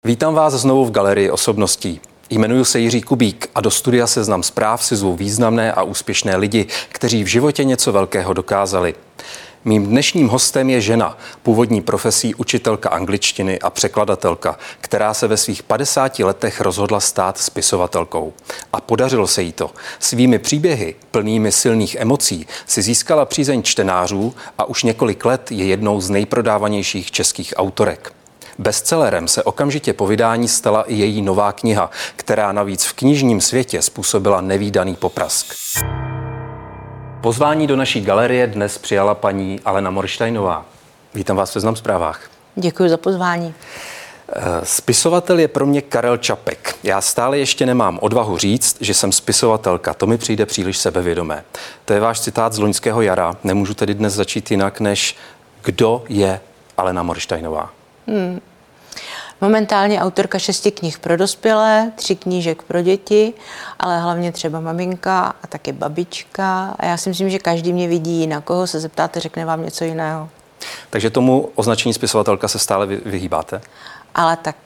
Vítám vás znovu v Galerii osobností. Jmenuji se Jiří Kubík a do studia Seznam zpráv si zvu významné a úspěšné lidi, kteří v životě něco velkého dokázali. Mým dnešním hostem je žena, původní profesí učitelka angličtiny a překladatelka, která se ve svých 50 letech rozhodla stát spisovatelkou. A podařilo se jí to. Svými příběhy, plnými silných emocí, si získala přízeň čtenářů a už několik let je jednou z nejprodávanějších českých autorek. Bestsellerem se okamžitě po vydání stala i její nová kniha, která navíc v knižním světě způsobila nevídaný poprask. Pozvání do naší galerie dnes přijala paní Alena Moršteinová. Vítám vás v Seznam zprávách. Děkuji za pozvání. Spisovatel je pro mě Karel Čapek. Já stále ještě nemám odvahu říct, že jsem spisovatelka. To mi přijde příliš sebevědomé. To je váš citát z loňského jara. Nemůžu tedy dnes začít jinak, než kdo je Alena Moršteinová. Momentálně autorka 6 knih pro dospělé, 3 knížek pro děti, ale hlavně třeba maminka a taky babička. A já si myslím, že každý mě vidí jinak. Koho se zeptáte, řekne vám něco jiného. Takže tomu označení spisovatelka se stále vyhýbáte? Ale tak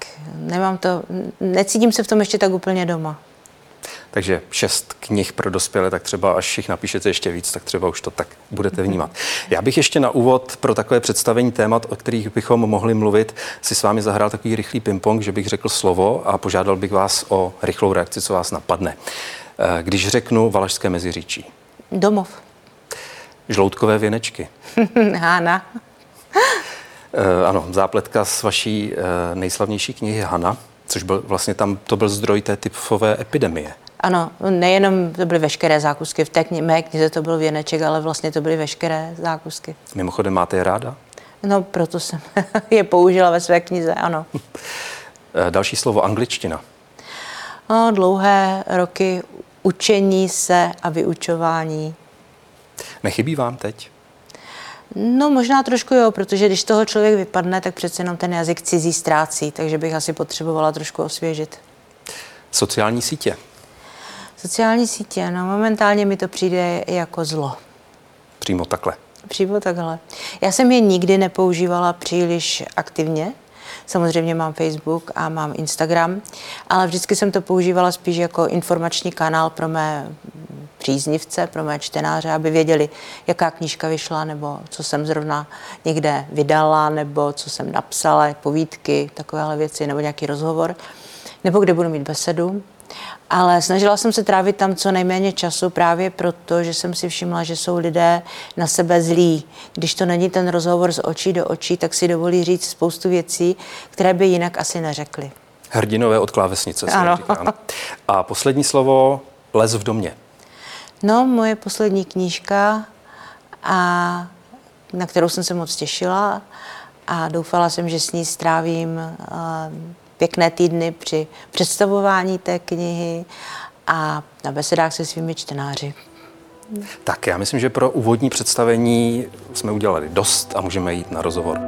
necítím se v tom ještě tak úplně doma. Takže 6 knih pro dospělé, tak třeba až jich napíšete ještě víc, tak třeba už to tak budete vnímat. Já bych ještě na úvod pro takové představení témat, o kterých bychom mohli mluvit, si s vámi zahrál takový rychlý ping-pong, že bych řekl slovo a požádal bych vás o rychlou reakci, co vás napadne. Když řeknu Valašské Meziříčí. Domov. Žloutkové věnečky. Hana. Ano, zápletka z vaší nejslavnější knihy Hana, což byl vlastně to byl zdroj té tyfové epidemie. Ano, nejenom to byly veškeré zákusky, v té mé knize to byl věneček, ale vlastně to byly veškeré zákusky. Mimochodem, máte je ráda? No, proto jsem je použila ve své knize, ano. Další slovo, angličtina. No, dlouhé roky učení se a vyučování. Nechybí vám teď? No, možná trošku jo, protože když toho člověk vypadne, tak přece jenom ten jazyk cizí ztrácí, takže bych asi potřebovala trošku osvěžit. Sociální sítě. Sociální sítě, no momentálně mi to přijde jako zlo. Přímo takhle. Přímo takhle. Já jsem je nikdy nepoužívala příliš aktivně. Samozřejmě mám Facebook a mám Instagram, ale vždycky jsem to používala spíš jako informační kanál pro mé příznivce, pro mé čtenáře, aby věděli, jaká knížka vyšla, nebo co jsem zrovna někde vydala, nebo co jsem napsala, povídky, takovéhle věci, nebo nějaký rozhovor, nebo kde budu mít besedu. Ale snažila jsem se trávit tam co nejméně času právě proto, že jsem si všimla, že jsou lidé na sebe zlí. Když to není ten rozhovor z očí do očí, tak si dovolí říct spoustu věcí, které by jinak asi neřekli. Hrdinové od klávesnice se říká. A poslední slovo, Les v domě. No, moje poslední knížka, na kterou jsem se moc těšila a doufala jsem, že s ní strávím pěkné týdny při představování té knihy a na besedách se svými čtenáři. Tak já myslím, že pro úvodní představení jsme udělali dost a můžeme jít na rozhovor.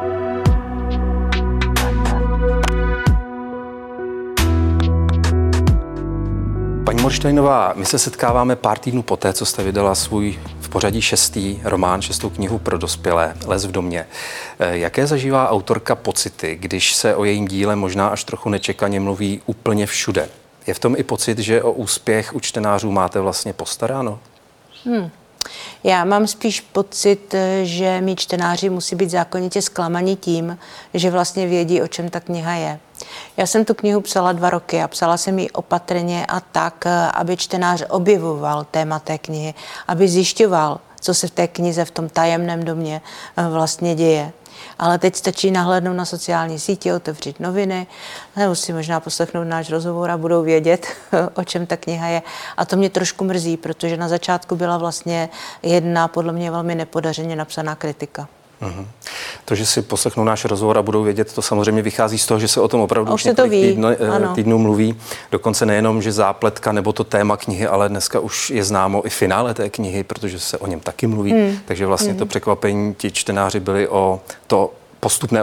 Paní Moršteinová, my se setkáváme pár týdnů poté, co jste vydala svůj v pořadí 6. román, 6. knihu pro dospělé, Les v domě. Jaké zažívá autorka pocity, když se o jejím díle možná až trochu nečekaně mluví úplně všude? Je v tom i pocit, že o úspěch u čtenářů máte vlastně postaráno? Já mám spíš pocit, že mí čtenáři musí být zákonitě zklamaní tím, že vlastně vědí, o čem ta kniha je. Já jsem tu knihu psala 2 roky a psala jsem ji opatrně a tak, aby čtenář objevoval téma té knihy, aby zjišťoval, co se v té knize, v tom tajemném domě vlastně děje. Ale teď stačí nahlédnout na sociální sítě, otevřít noviny, nebo si možná poslechnout náš rozhovor a budou vědět, o čem ta kniha je. A to mě trošku mrzí, protože na začátku byla vlastně jedna, podle mě velmi nepodařeně napsaná kritika. To, že si poslechnou náš rozhovor a budou vědět, to samozřejmě vychází z toho, že se o tom opravdu už několik týdnů mluví. Dokonce nejenom, že zápletka nebo to téma knihy, ale dneska už je známo i finále té knihy, protože se o něm taky mluví. Takže vlastně to překvapení, ti čtenáři byli o to postupné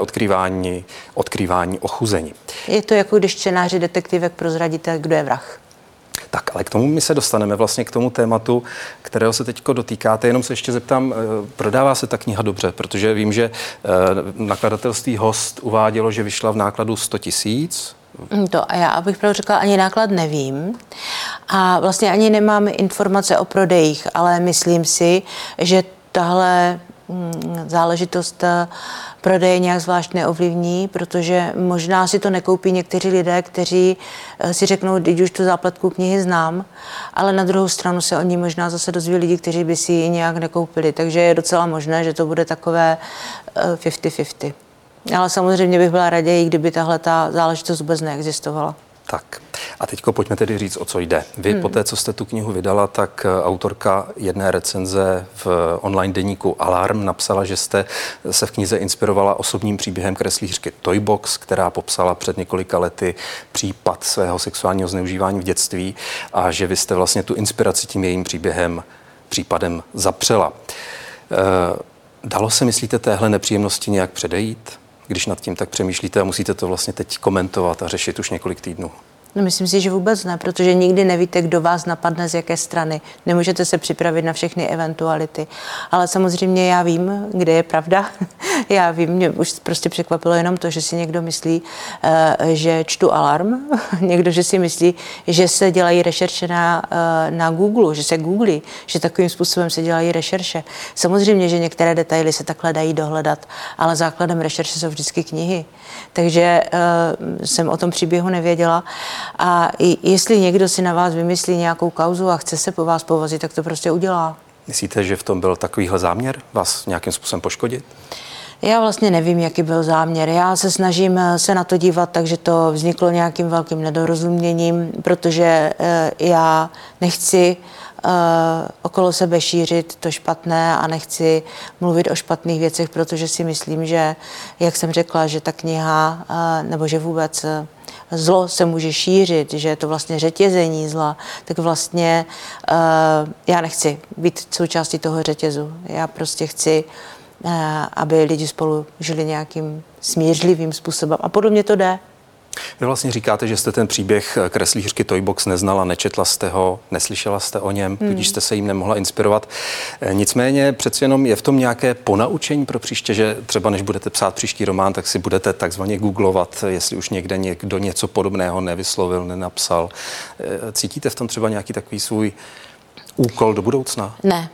odkrývání ochuzení. Je to jako když čtenáři detektivek prozradíte, kdo je vrah. Tak, ale k tomu my se dostaneme vlastně k tomu tématu, kterého se teďko dotýkáte. Jenom se ještě zeptám, prodává se ta kniha dobře? Protože vím, že nakladatelství Host uvádělo, že vyšla v nákladu 100 000. To a já, abych pravdu řekla, ani náklad nevím a vlastně ani nemám informace o prodejích, ale myslím si, že tahle záležitost prodeje nějak zvlášť neovlivní, protože možná si to nekoupí někteří lidé, kteří si řeknou, když už tu zápletku knihy znám, ale na druhou stranu se o ní možná zase dozví lidi, kteří by si ji nějak nekoupili, takže je docela možné, že to bude takové 50-50. Ale samozřejmě bych byla raději, kdyby tahle ta záležitost vůbec neexistovala. Tak a teďko pojďme tedy říct, o co jde. Vy po té, co jste tu knihu vydala, tak autorka jedné recenze v online deníku Alarm napsala, že jste se v knize inspirovala osobním příběhem kreslířky Toybox, která popsala před několika lety případ svého sexuálního zneužívání v dětství a že vy jste vlastně tu inspiraci tím jejím případem zapřela. Dalo se, myslíte, téhle nepříjemnosti nějak předejít? Když nad tím tak přemýšlíte a musíte to vlastně teď komentovat a řešit už několik týdnů? No, myslím si, že vůbec ne, protože nikdy nevíte, kdo vás napadne z jaké strany. Nemůžete se připravit na všechny eventuality. Ale samozřejmě já vím, kde je pravda. Já vím, mě už prostě překvapilo jenom to, že si někdo myslí, že čtu Alarm. Někdo, že si myslí, že se dělají rešerše na Google, že se googlí, že takovým způsobem se dělají rešerše. Samozřejmě, že některé detaily se takhle dají dohledat, ale základem rešerše jsou vždycky knihy. Takže jsem o tom příběhu nevěděla. A jestli někdo si na vás vymyslí nějakou kauzu a chce se po vás povozit, tak to prostě udělá. Myslíte, že v tom byl takovýhle záměr vás nějakým způsobem poškodit? Já vlastně nevím, jaký byl záměr. Já se snažím se na to dívat, takže to vzniklo nějakým velkým nedorozuměním, protože já nechci okolo sebe šířit to špatné a nechci mluvit o špatných věcech, protože si myslím, že, jak jsem řekla, že ta kniha, nebo že vůbec zlo se může šířit, že je to vlastně řetězení zla, tak vlastně já nechci být součástí toho řetězu. Já prostě chci, aby lidi spolu žili nějakým smířlivým způsobem. A podobně to jde. Vy vlastně říkáte, že jste ten příběh kreslířky Toybox neznala, nečetla jste ho, neslyšela jste o něm, tudíž jste se jim nemohla inspirovat. Nicméně přeci jenom je v tom nějaké ponaučení pro příště, že třeba než budete psát příští román, tak si budete takzvaně googlovat, jestli už někde někdo něco podobného nevyslovil, nenapsal. Cítíte v tom třeba nějaký takový svůj úkol do budoucna? Ne,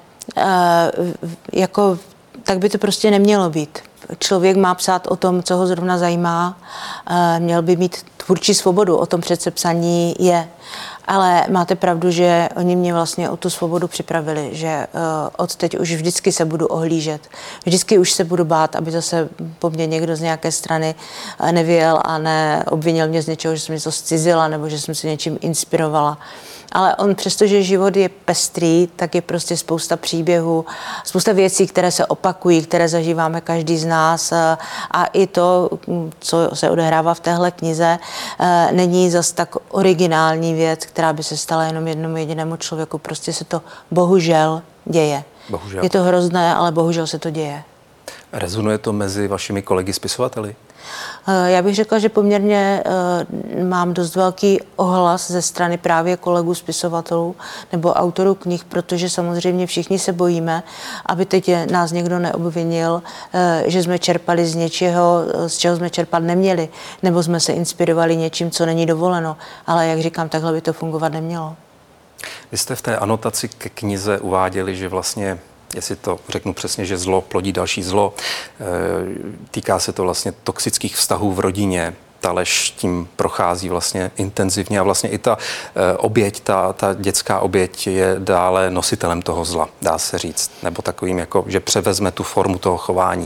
tak by to prostě nemělo být. Člověk má psát o tom, co ho zrovna zajímá, měl by mít tvůrčí svobodu, o tom přece psaní je. Ale máte pravdu, že oni mě vlastně o tu svobodu připravili, že odteď už vždycky se budu ohlížet. Vždycky už se budu bát, aby zase po mně někdo z nějaké strany nevyjel a neobvinil mě z něčeho, že jsem něco zcizila nebo že jsem se něčím inspirovala. Ale přestože život je pestrý, tak je prostě spousta příběhů, spousta věcí, které se opakují, které zažíváme každý z nás. A i to, co se odehrává v téhle knize, není zas tak originální věc, která by se stala jenom jednomu jedinému člověku. Prostě se to bohužel děje. Bohužel. Je to hrozné, ale bohužel se to děje. Rezonuje to mezi vašimi kolegy spisovateli? Já bych řekla, že poměrně mám dost velký ohlas ze strany právě kolegů spisovatelů nebo autorů knih, protože samozřejmě všichni se bojíme, aby teď nás někdo neobvinil, že jsme čerpali z něčeho, z čeho jsme čerpat neměli, nebo jsme se inspirovali něčím, co není dovoleno. Ale jak říkám, takhle by to fungovat nemělo. Vy jste v té anotaci ke knize uváděli, že vlastně, jestli to řeknu přesně, že zlo plodí další zlo. Týká se to vlastně toxických vztahů v rodině. Ta lež tím prochází vlastně intenzivně a vlastně i ta oběť, ta dětská oběť je dále nositelem toho zla, dá se říct. Nebo takovým, jako, že převezme tu formu toho chování.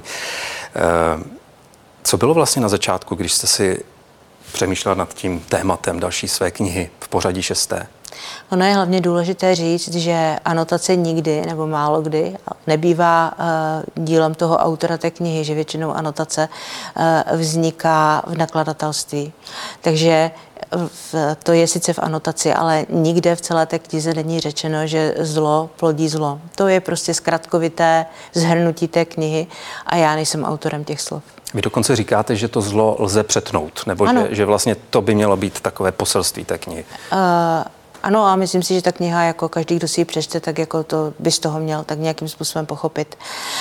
Co bylo vlastně na začátku, když jste si přemýšlela nad tím tématem další své knihy v pořadí 6. Ono je hlavně důležité říct, že anotace nikdy nebo málo kdy nebývá dílem toho autora té knihy, že většinou anotace vzniká v nakladatelství. Takže to je sice v anotaci, ale nikde v celé té knize není řečeno, že zlo plodí zlo. To je prostě zkratkovité shrnutí té knihy a já nejsem autorem těch slov. Vy dokonce říkáte, že to zlo lze přetnout, nebo že vlastně to by mělo být takové poselství té knihy. Ano, a myslím si, že ta kniha, jako každý, kdo si ji přečte, tak jako to by z toho měl tak nějakým způsobem pochopit.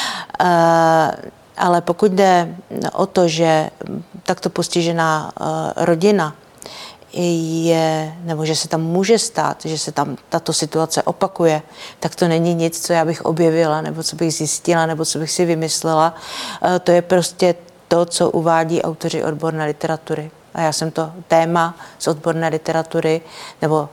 Ale pokud jde o to, že takto postižená rodina je, nebo že se tam může stát, že se tam tato situace opakuje, tak to není nic, co já bych objevila, nebo co bych zjistila, nebo co bych si vymyslela. To je prostě to, co uvádí autoři odborné literatury. A já jsem to téma z odborné literatury, nebo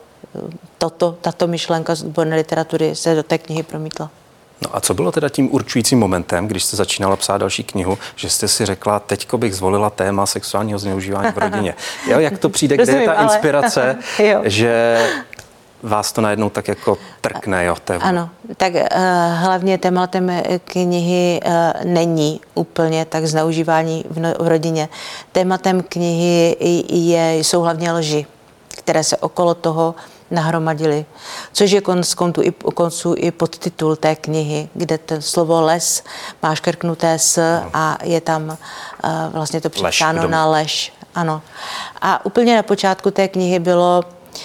tato myšlenka z odborné literatury se do té knihy promítla. No a co bylo teda tím určujícím momentem, když jste začínala psát další knihu, že jste si řekla, teďko bych zvolila téma sexuálního zneužívání v rodině? Jo, jak to přijde, kde je ta inspirace, že vás to najednou tak jako trkne, jo? Ano, tak hlavně tématem knihy není úplně tak zneužívání v rodině. Tématem knihy jsou hlavně lži, které se okolo toho nahromadili, což je konec konců i podtitul té knihy, kde to slovo les má škrknuté s a je tam vlastně to připsáno na lež. Ano. A úplně na počátku té knihy bylo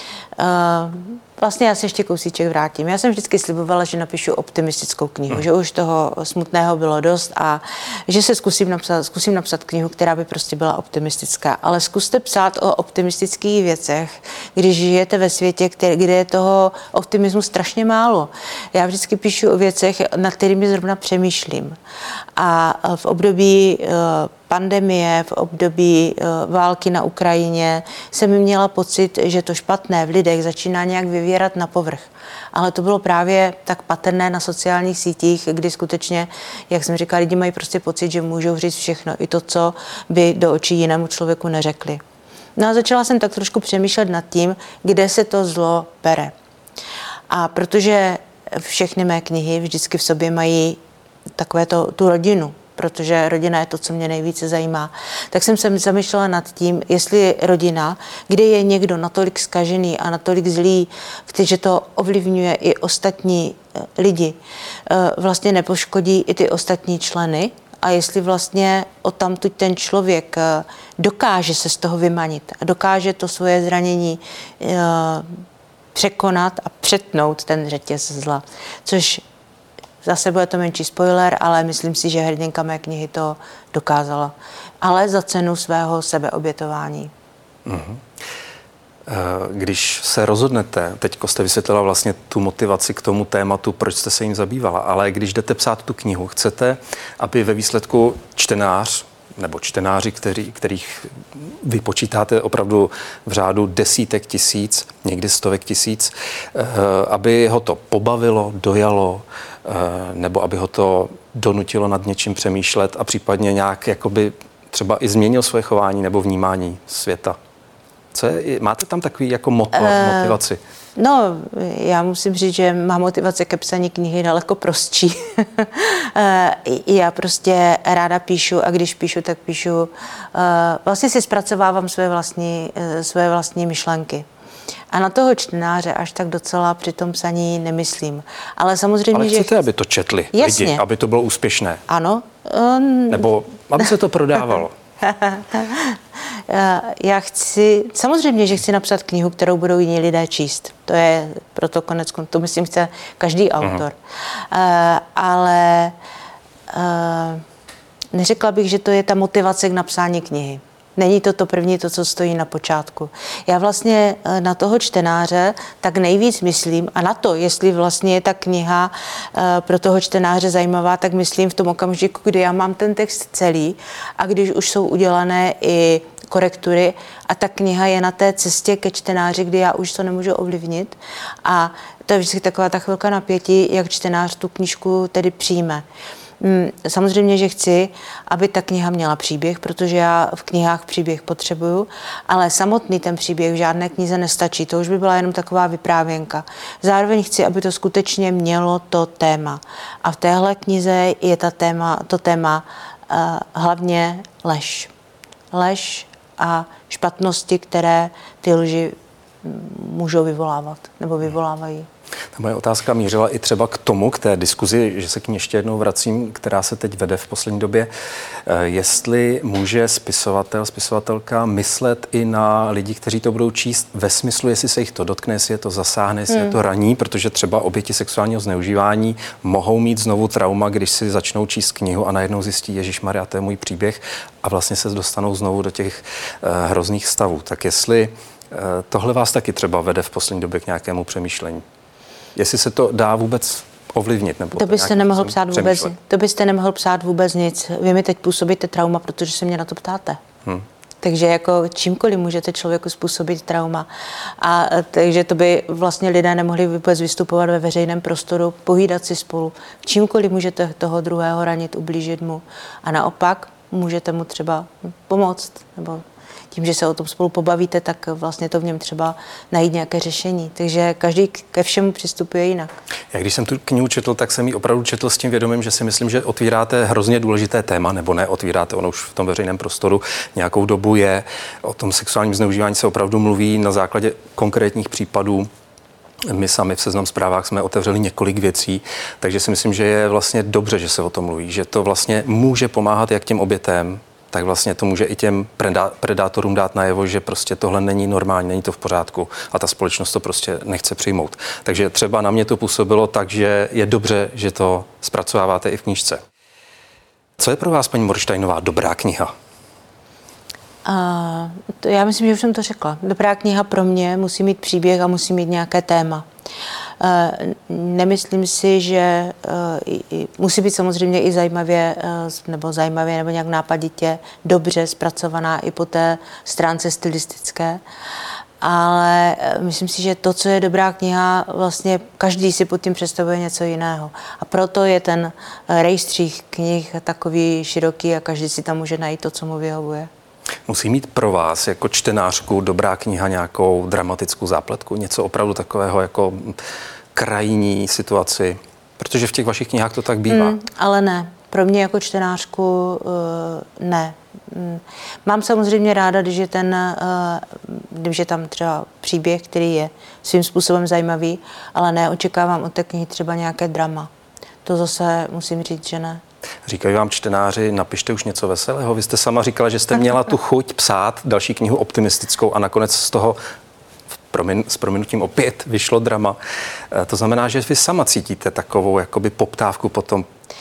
vlastně já se ještě kousíček vrátím. Já jsem vždycky slibovala, že napíšu optimistickou knihu, že už toho smutného bylo dost a že se zkusím napsat knihu, která by prostě byla optimistická. Ale zkuste psát o optimistických věcech, když žijete ve světě, kde je toho optimismu strašně málo. Já vždycky píšu o věcech, nad kterými zrovna přemýšlím. A v období pandemie, v období války na Ukrajině jsem měla pocit, že to špatné v lidech začíná nějak vyvěrat na povrch. Ale to bylo právě tak patrné na sociálních sítích, kdy skutečně, jak jsem říkala, lidi mají prostě pocit, že můžou říct všechno, i to, co by do očí jinému člověku neřekli. No a začala jsem tak trošku přemýšlet nad tím, kde se to zlo bere. A protože všechny mé knihy vždycky v sobě mají tu rodinu, protože rodina je to, co mě nejvíce zajímá, tak jsem se zamýšlela nad tím, jestli rodina, kde je někdo natolik zkažený a natolik zlý, že to ovlivňuje i ostatní lidi, vlastně nepoškodí i ty ostatní členy a jestli vlastně odtamtud ten člověk dokáže se z toho vymanit a dokáže to svoje zranění překonat a přetnout ten řetěz zla, což zase bude to menší spoiler, ale myslím si, že hrdinka mé knihy to dokázala. Ale za cenu svého sebeobětování. Mm-hmm. Když se rozhodnete, teďko jste vysvětlila vlastně tu motivaci k tomu tématu, proč jste se jim zabývala, ale když jdete psát tu knihu, chcete, aby ve výsledku čtenář nebo čtenáři, kterých vy počítáte opravdu v řádu desítek tisíc, někdy stovek tisíc, aby ho to pobavilo, dojalo, nebo aby ho to donutilo nad něčím přemýšlet a případně nějak jakoby třeba i změnil svoje chování nebo vnímání světa. Máte tam takový jako motivaci? No, já musím říct, že má motivace ke psaní knihy daleko prostší. Já prostě ráda píšu a když píšu, tak píšu, vlastně si zpracovávám své vlastní myšlenky. A na toho čtenáře až tak docela při tom psaní nemyslím. Ale samozřejmě, ale chcete, aby to četli lidi, aby to bylo úspěšné? Ano. Nebo aby se to prodávalo? Já samozřejmě, že chci napsat knihu, kterou budou jiní lidé číst. To je proto to myslím chce každý autor. Ale neřekla bych, že to je ta motivace k napsání knihy. Není to první, co stojí na počátku. Já vlastně na toho čtenáře tak nejvíc myslím a na to, jestli vlastně je ta kniha pro toho čtenáře zajímavá, tak myslím v tom okamžiku, kdy já mám ten text celý a když už jsou udělané i korektury a ta kniha je na té cestě ke čtenáři, kdy já už to nemůžu ovlivnit a to je vždycky taková ta chvilka napětí, jak čtenář tu knížku tedy přijme. Samozřejmě, že chci, aby ta kniha měla příběh, protože já v knihách příběh potřebuju, ale samotný ten příběh v žádné knize nestačí, to už by byla jenom taková vyprávěnka. Zároveň chci, aby to skutečně mělo to téma. A v téhle knize je to téma hlavně lež. Lež a špatnosti, které ty lži můžou vyvolávat nebo vyvolávají. Ta moje otázka mířila i třeba k tomu, k té diskuzi, že se k ní ještě jednou vracím, která se teď vede v poslední době, jestli může spisovatel, spisovatelka myslet i na lidi, kteří to budou číst ve smyslu, jestli se jich to dotkne, jestli je to zasáhne, jestli je to raní, protože třeba oběti sexuálního zneužívání mohou mít znovu trauma, když si začnou číst knihu a najednou zjistí, ježišmarja, to je můj příběh a vlastně se dostanou znovu do těch hrozných stavů. Tak jestli tohle vás taky třeba vede v poslední době k nějakému přemýšlení? Jestli se to dá vůbec ovlivnit? Nebo to byste nemohl psát vůbec nic. Vy mi teď působíte trauma, protože se mě na to ptáte. Takže jako čímkoliv můžete člověku způsobit trauma. A takže to by vlastně lidé nemohli vůbec vystupovat ve veřejném prostoru, povídat si spolu. Čímkoliv můžete toho druhého ranit, ublížit mu. A naopak můžete mu třeba pomoct, nebo tím, že se o tom spolu pobavíte, tak vlastně to v něm třeba najít nějaké řešení. Takže každý ke všemu přistupuje jinak. Já když jsem tu knihu četl, tak jsem ji opravdu četl s tím vědomím, že si myslím, že otvíráte hrozně důležité téma, nebo ne otvíráte, ono už v tom veřejném prostoru nějakou dobu je. O tom sexuálním zneužívání se opravdu mluví na základě konkrétních případů. My sami v Seznam Zprávách jsme otevřeli několik věcí, takže si myslím, že je vlastně dobře, že se o tom mluví, že to vlastně může pomáhat jak těm obětem, tak vlastně to může i těm predátorům dát najevo, že prostě tohle není normální, není to v pořádku a ta společnost to prostě nechce přijmout. Takže třeba na mě to působilo tak, že je dobře, že to zpracováváte i v knížce. Co je pro vás, paní Moršteinová, dobrá kniha? Já myslím, že už jsem to řekla. Dobrá kniha pro mě musí mít příběh a musí mít nějaké téma. Nemyslím si, že musí být samozřejmě i zajímavě nebo nějak nápaditě dobře zpracovaná i po té stránce stylistické. Ale myslím si, že to, co je dobrá kniha, vlastně každý si pod tím představuje něco jiného. A proto je ten rejstřík knih takový široký a každý si tam může najít to, co mu vyhovuje. Musí mít pro vás jako čtenářku dobrá kniha nějakou dramatickou zápletku, něco opravdu takového jako krajní situaci, protože v těch vašich knihách to tak bývá. Ale ne, pro mě jako čtenářku ne. Mám samozřejmě ráda, když je tam třeba příběh, který je svým způsobem zajímavý, ale ne, očekávám od té knihy třeba nějaké drama. To zase musím říct, že ne. Říkají vám čtenáři, napište už něco veselého. Vy jste sama říkala, že jste měla tu chuť psát další knihu optimistickou a nakonec z toho s prominutím opět vyšlo drama. To znamená, že vy sama cítíte takovou jakoby poptávku potom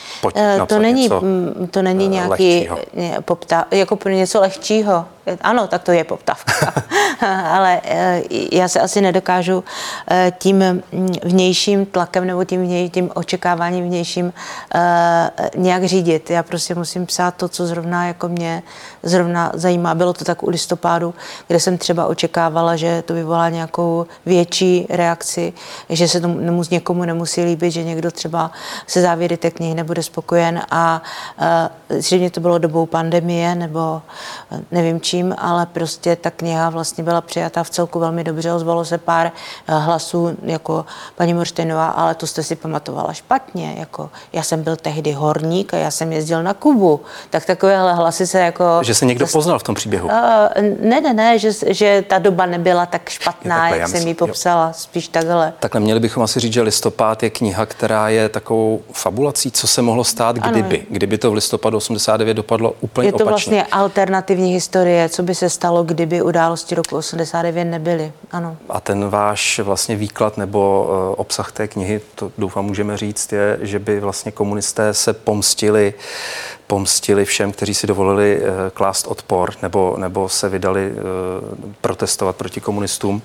to není nějaký jako pro něco lehčího. Ano, tak to je poptávka. Ale já se asi nedokážu tím vnějším tlakem nebo tím očekáváním vnějším nějak řídit. Já prostě musím psát to, co zrovna jako mě zrovna zajímá. Bylo to tak u Listopádu, kde jsem třeba očekávala, že to vyvolá nějakou větší reakci, že se to někomu nemusí líbit, že někdo třeba se závěry té knihy nebude spokojen a zřejmě to bylo dobou pandemie nebo nevím čím, ale prostě ta kniha vlastně byla přijata v celku velmi dobře. Ozvalo se pár hlasů jako paní Moršteinová, ale to jste si pamatovala špatně. Jako, já jsem byl tehdy horník a já jsem jezdil na Kubu. Tak takovéhle hlasy se jako... Že se někdo poznal v tom příběhu? Ne, že ta doba nebyla tak špatná, takhle, jak jsem ji popsala. Spíš takhle. Takhle měli bychom asi říct, že Listopad je kniha, která je takovou fabulací, co se mohlo stát, kdyby to v listopadu 89 dopadlo úplně opačně. Je to vlastně alternativní historie, co by se stalo, kdyby události roku 89 nebyly. Ano. A ten váš vlastně výklad nebo obsah té knihy, to doufám můžeme říct, je, že by vlastně komunisté se pomstili všem, kteří si dovolili klást odpor nebo se vydali protestovat proti komunistům.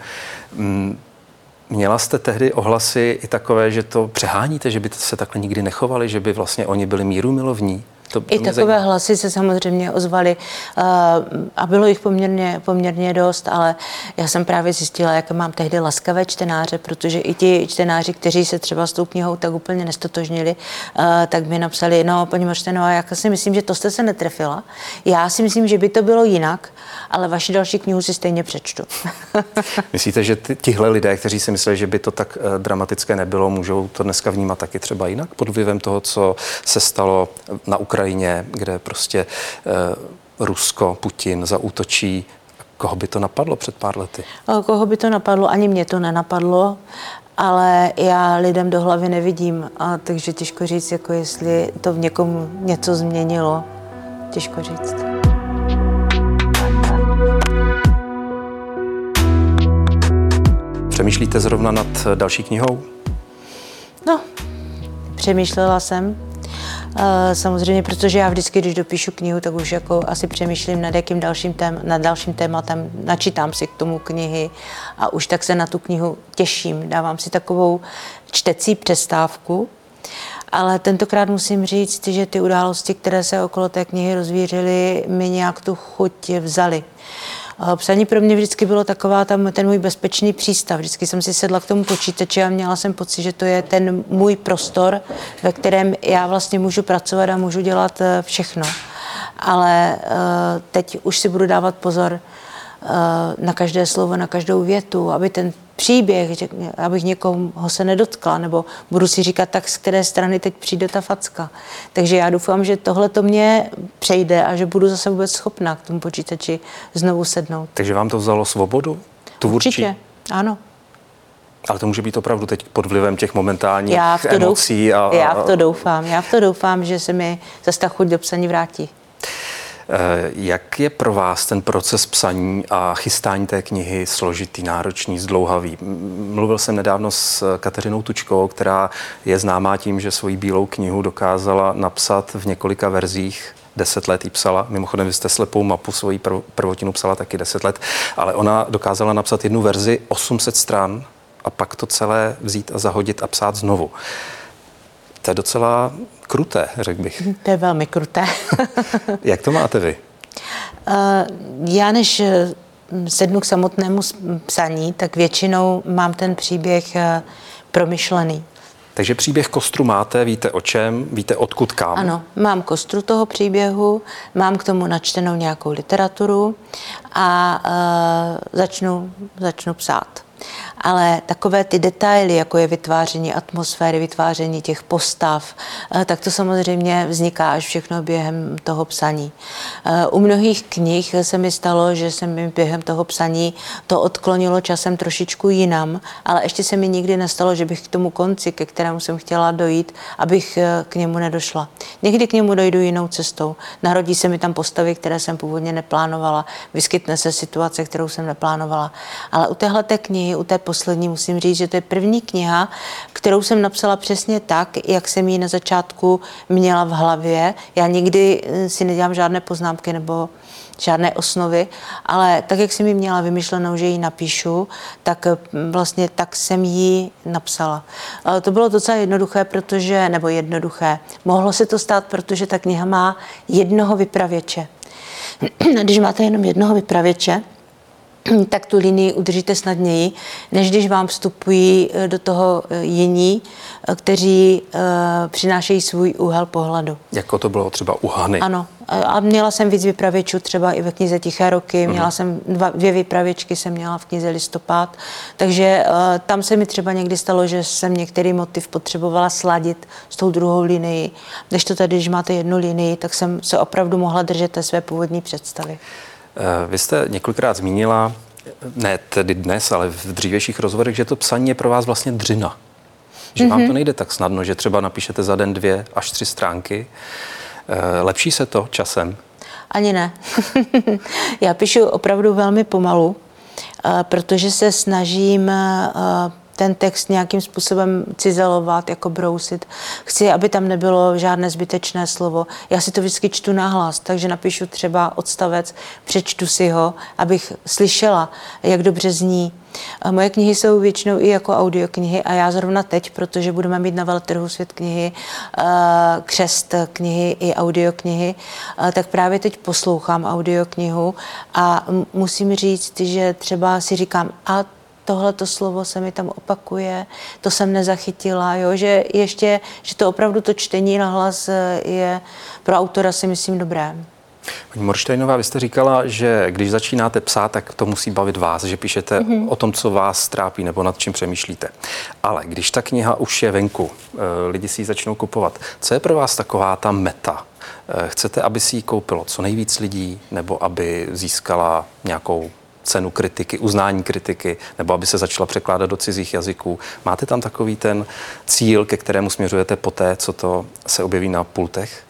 Měla jste tehdy ohlasy i takové, že to přeháníte, že by se takhle nikdy nechovali, že by vlastně oni byli mírumilovní? I takové hlasy se samozřejmě ozvaly a bylo jich poměrně dost, ale já jsem právě zjistila, jak mám tehdy laskavé čtenáře, protože i ti čtenáři, kteří se třeba s tou knihou tak úplně nestotožnili, tak mi napsali, no paní Moršteinová, já si myslím, že to jste se netrefila. Já si myslím, že by to bylo jinak, ale vaši další knihu si stejně přečtu. Myslíte, že tihle lidé, kteří si mysleli, že by to tak dramatické nebylo, můžou to dneska vnímat taky třeba jinak pod vlivem toho, co se stalo na Ukrajině, kde prostě Rusko, Putin zaútočí, Koho by to napadlo před pár lety? Koho by to napadlo? Ani mě to nenapadlo, ale já lidem do hlavy nevidím, takže těžko říct, jako jestli to v někomu něco změnilo. Těžko říct. Přemýšlíte zrovna nad další knihou? No, přemýšlela jsem. Samozřejmě, protože já vždycky, když dopíšu knihu, tak už jako asi přemýšlím nad dalším tématem, načítám si k tomu knihy a už tak se na tu knihu těším. Dávám si takovou čtecí přestávku, ale tentokrát musím říct, že ty události, které se okolo té knihy rozvířily, mi nějak tu chuť vzaly. Psaní pro mě vždycky bylo taková ten můj bezpečný přístav. Vždycky jsem si sedla k tomu počítači a měla jsem pocit, že to je ten můj prostor, ve kterém já vlastně můžu pracovat a můžu dělat všechno. Ale teď už si budu dávat pozor na každé slovo, na každou větu, aby ten příběh, abych někoho se nedotkla, nebo budu si říkat, tak z které strany teď přijde ta facka. Takže já doufám, že tohle to mě přejde a že budu zase vůbec schopná k tomu počítači znovu sednout. Takže vám to vzalo svobodu? Určitě, ano. Ale to může být opravdu teď pod vlivem těch momentálních emocí. Já v to doufám, že se mi zase ta chuť do psaní vrátí. Jak je pro vás ten proces psaní a chystání té knihy složitý, náročný, zdlouhavý? Mluvil jsem nedávno s Kateřinou Tučkovou, která je známá tím, že svoji bílou knihu dokázala napsat v několika verzích. 10 let ji psala. Mimochodem, vy jste Slepou mapu, svoji prvotinu psala taky 10 let, ale ona dokázala napsat jednu verzi 800 stran a pak to celé vzít a zahodit a psát znovu. To je docela kruté, řekl bych. To je velmi kruté. Jak to máte vy? Já než sednu k samotnému psaní, tak většinou mám ten příběh promyšlený. Takže příběh kostru máte, víte o čem, víte odkud kam? Ano, mám kostru toho příběhu, mám k tomu načtenou nějakou literaturu a začnu psát. Ale takové ty detaily, jako je vytváření atmosféry, vytváření těch postav, tak to samozřejmě vzniká až všechno během toho psaní. U mnohých knih se mi stalo, že se mi během toho psaní to odklonilo časem trošičku jinam, ale ještě se mi nikdy nestalo, že bych k tomu konci, ke kterému jsem chtěla dojít, abych k němu nedošla. Někdy k němu dojdu jinou cestou. Narodí se mi tam postavy, které jsem původně neplánovala, vyskytne se situace, kterou jsem neplánovala. Ale u téhleté knihy, u té poslední, musím říct, že to je první kniha, kterou jsem napsala přesně tak, jak jsem ji na začátku měla v hlavě. Já nikdy si nedělám žádné poznámky nebo žádné osnovy, ale tak, jak jsem ji měla vymyšlenou, že ji napíšu, tak vlastně tak jsem ji napsala. Ale to bylo docela jednoduché, mohlo se to stát, protože ta kniha má jednoho vypravěče. Když máte jenom jednoho vypravěče, tak tu linii udržíte snadněji, než když vám vstupují do toho jiní, kteří přinášejí svůj úhel pohledu. Jako to bylo třeba u Hany. Ano. A měla jsem víc vypravěčů, třeba i ve knize Tiché roky. Měla jsem dvě vypravěčky, jsem měla v knize Listopad. Takže tam se mi třeba někdy stalo, že jsem některý motiv potřebovala sladit s tou druhou linií. Když to tady, když máte jednu linii, tak jsem se opravdu mohla držet té své původní představy. Vy jste několikrát zmínila, ne tedy dnes, ale v dřívějších rozhovorech, že to psaní je pro vás vlastně dřina. Že vám to nejde tak snadno, že třeba napíšete za den 2 až 3 stránky. Lepší se to časem? Ani ne. Já píšu opravdu velmi pomalu, protože se snažím ten text nějakým způsobem cizelovat, jako brousit. Chci, aby tam nebylo žádné zbytečné slovo. Já si to vždycky čtu nahlas, takže napíšu třeba odstavec, přečtu si ho, abych slyšela, jak dobře zní. Moje knihy jsou většinou i jako audioknihy a já zrovna teď, protože budeme mít na veletrhu Svět knihy, křest knihy i audioknihy, tak právě teď poslouchám audioknihu a musím říct, že třeba si říkám, a tohleto slovo se mi tam opakuje, to jsem nezachytila, jo? Že to opravdu to čtení nahlas je pro autora, si myslím, dobré. Paní Morštejnová, vy jste říkala, že když začínáte psát, tak to musí bavit vás, že píšete o tom, co vás trápí nebo nad čím přemýšlíte. Ale když ta kniha už je venku, lidi si ji začnou kupovat, co je pro vás taková ta meta? Chcete, aby si ji koupilo co nejvíc lidí, nebo aby získala nějakou cenu kritiky, uznání kritiky, nebo aby se začala překládat do cizích jazyků. Máte tam takový ten cíl, ke kterému směřujete poté, co to se objeví na pultech?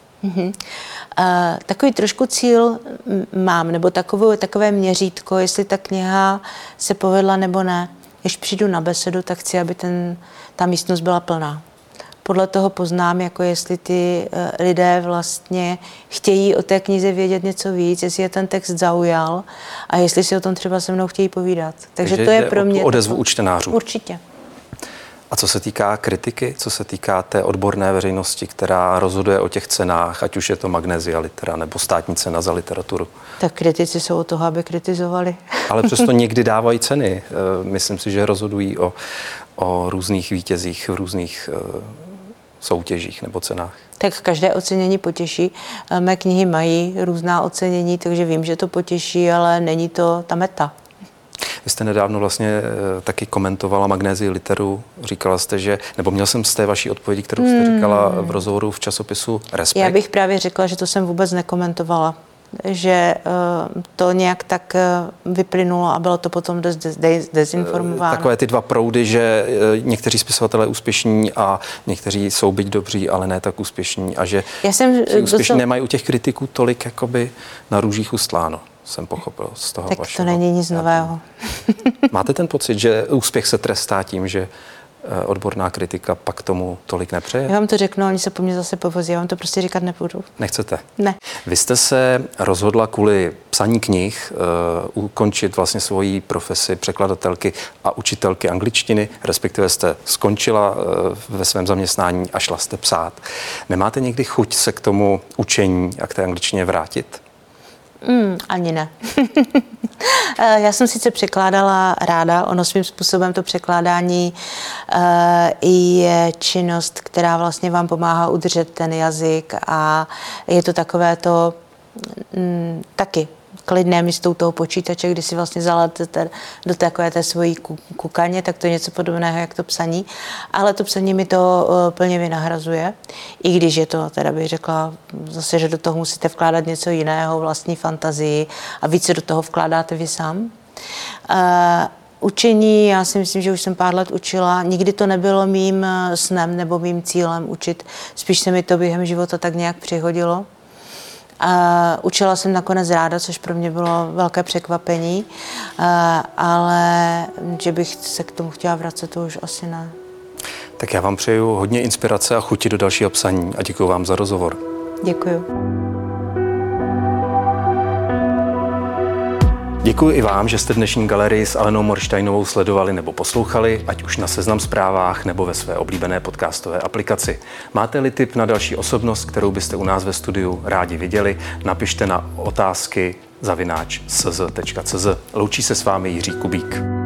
Takový trošku cíl mám, nebo takové měřítko, jestli ta kniha se povedla nebo ne. Když přijdu na besedu, tak chci, aby ta místnost byla plná. Podle toho poznám, jako jestli ty lidé vlastně chtějí o té knize vědět něco víc, jestli je ten text zaujal a jestli si o tom třeba se mnou chtějí povídat. Takže to je pro mě odezvu u čtenářů. Určitě. A co se týká kritiky, co se týká té odborné veřejnosti, která rozhoduje o těch cenách, ať už je to Magnesia Litera nebo státní cena za literaturu? Tak kritici jsou o toho, aby kritizovali. Ale přesto někdy dávají ceny. Myslím si, že rozhodují o různých vítězích v různých soutěžích nebo cenách. Tak každé ocenění potěší. Mé knihy mají různá ocenění, takže vím, že to potěší, ale není to ta meta. Vy jste nedávno vlastně taky komentovala Magnesii Literu. Říkala jste, že, nebo měl jsem z té vaší odpovědi, kterou jste říkala v rozhovoru v časopisu Respekt. Já bych právě řekla, že to jsem vůbec nekomentovala. Že to nějak tak vyplynulo a bylo to potom dost dezinformováno. Takové ty dva proudy, že někteří spisovatelé úspěšní a někteří jsou byť dobří, ale ne tak úspěšní a že úspěšní nemají u těch kritiků tolik jakoby na růžích ustláno. Jsem pochopil z toho tak vašeho. To není nic nového. Máte ten pocit, že úspěch se trestá tím, že odborná kritika pak tomu tolik nepřeje? Já vám to řeknu, oni se po mně zase povozí, já vám to prostě říkat nebudu. Nechcete? Ne. Vy jste se rozhodla kvůli psaní knih ukončit vlastně svoji profesi překladatelky a učitelky angličtiny, respektive jste skončila ve svém zaměstnání a šla jste psát. Nemáte někdy chuť se k tomu učení a k té angličtině vrátit? Ani ne. Já jsem sice překládala ráda, ono svým způsobem to překládání je činnost, která vlastně vám pomáhá udržet ten jazyk a je to takové to taky klidné místo u toho počítače, kdy si vlastně zaletete do takové té svojí kukaně, tak to je něco podobného jak to psaní. Ale to psaní mi to plně vynahrazuje. I když je to, teda bych řekla, zase, že do toho musíte vkládat něco jiného, vlastní fantazii a více do toho vkládáte vy sám. Učení, já si myslím, že už jsem pár let učila, nikdy to nebylo mým snem nebo mým cílem učit, spíš se mi to během života tak nějak přihodilo. Učila jsem nakonec ráda, což pro mě bylo velké překvapení, ale že bych se k tomu chtěla vracet, to už asi ne. Tak já vám přeju hodně inspirace a chuti do dalšího psaní a děkuji vám za rozhovor. Děkuji. Děkuji i vám, že jste dnešní galerii s Alenou Moršteinovou sledovali nebo poslouchali, ať už na Seznam Zprávách nebo ve své oblíbené podcastové aplikaci. Máte-li tip na další osobnost, kterou byste u nás ve studiu rádi viděli, napište na otázky @cz.cz. Loučí se s vámi Jiří Kubík.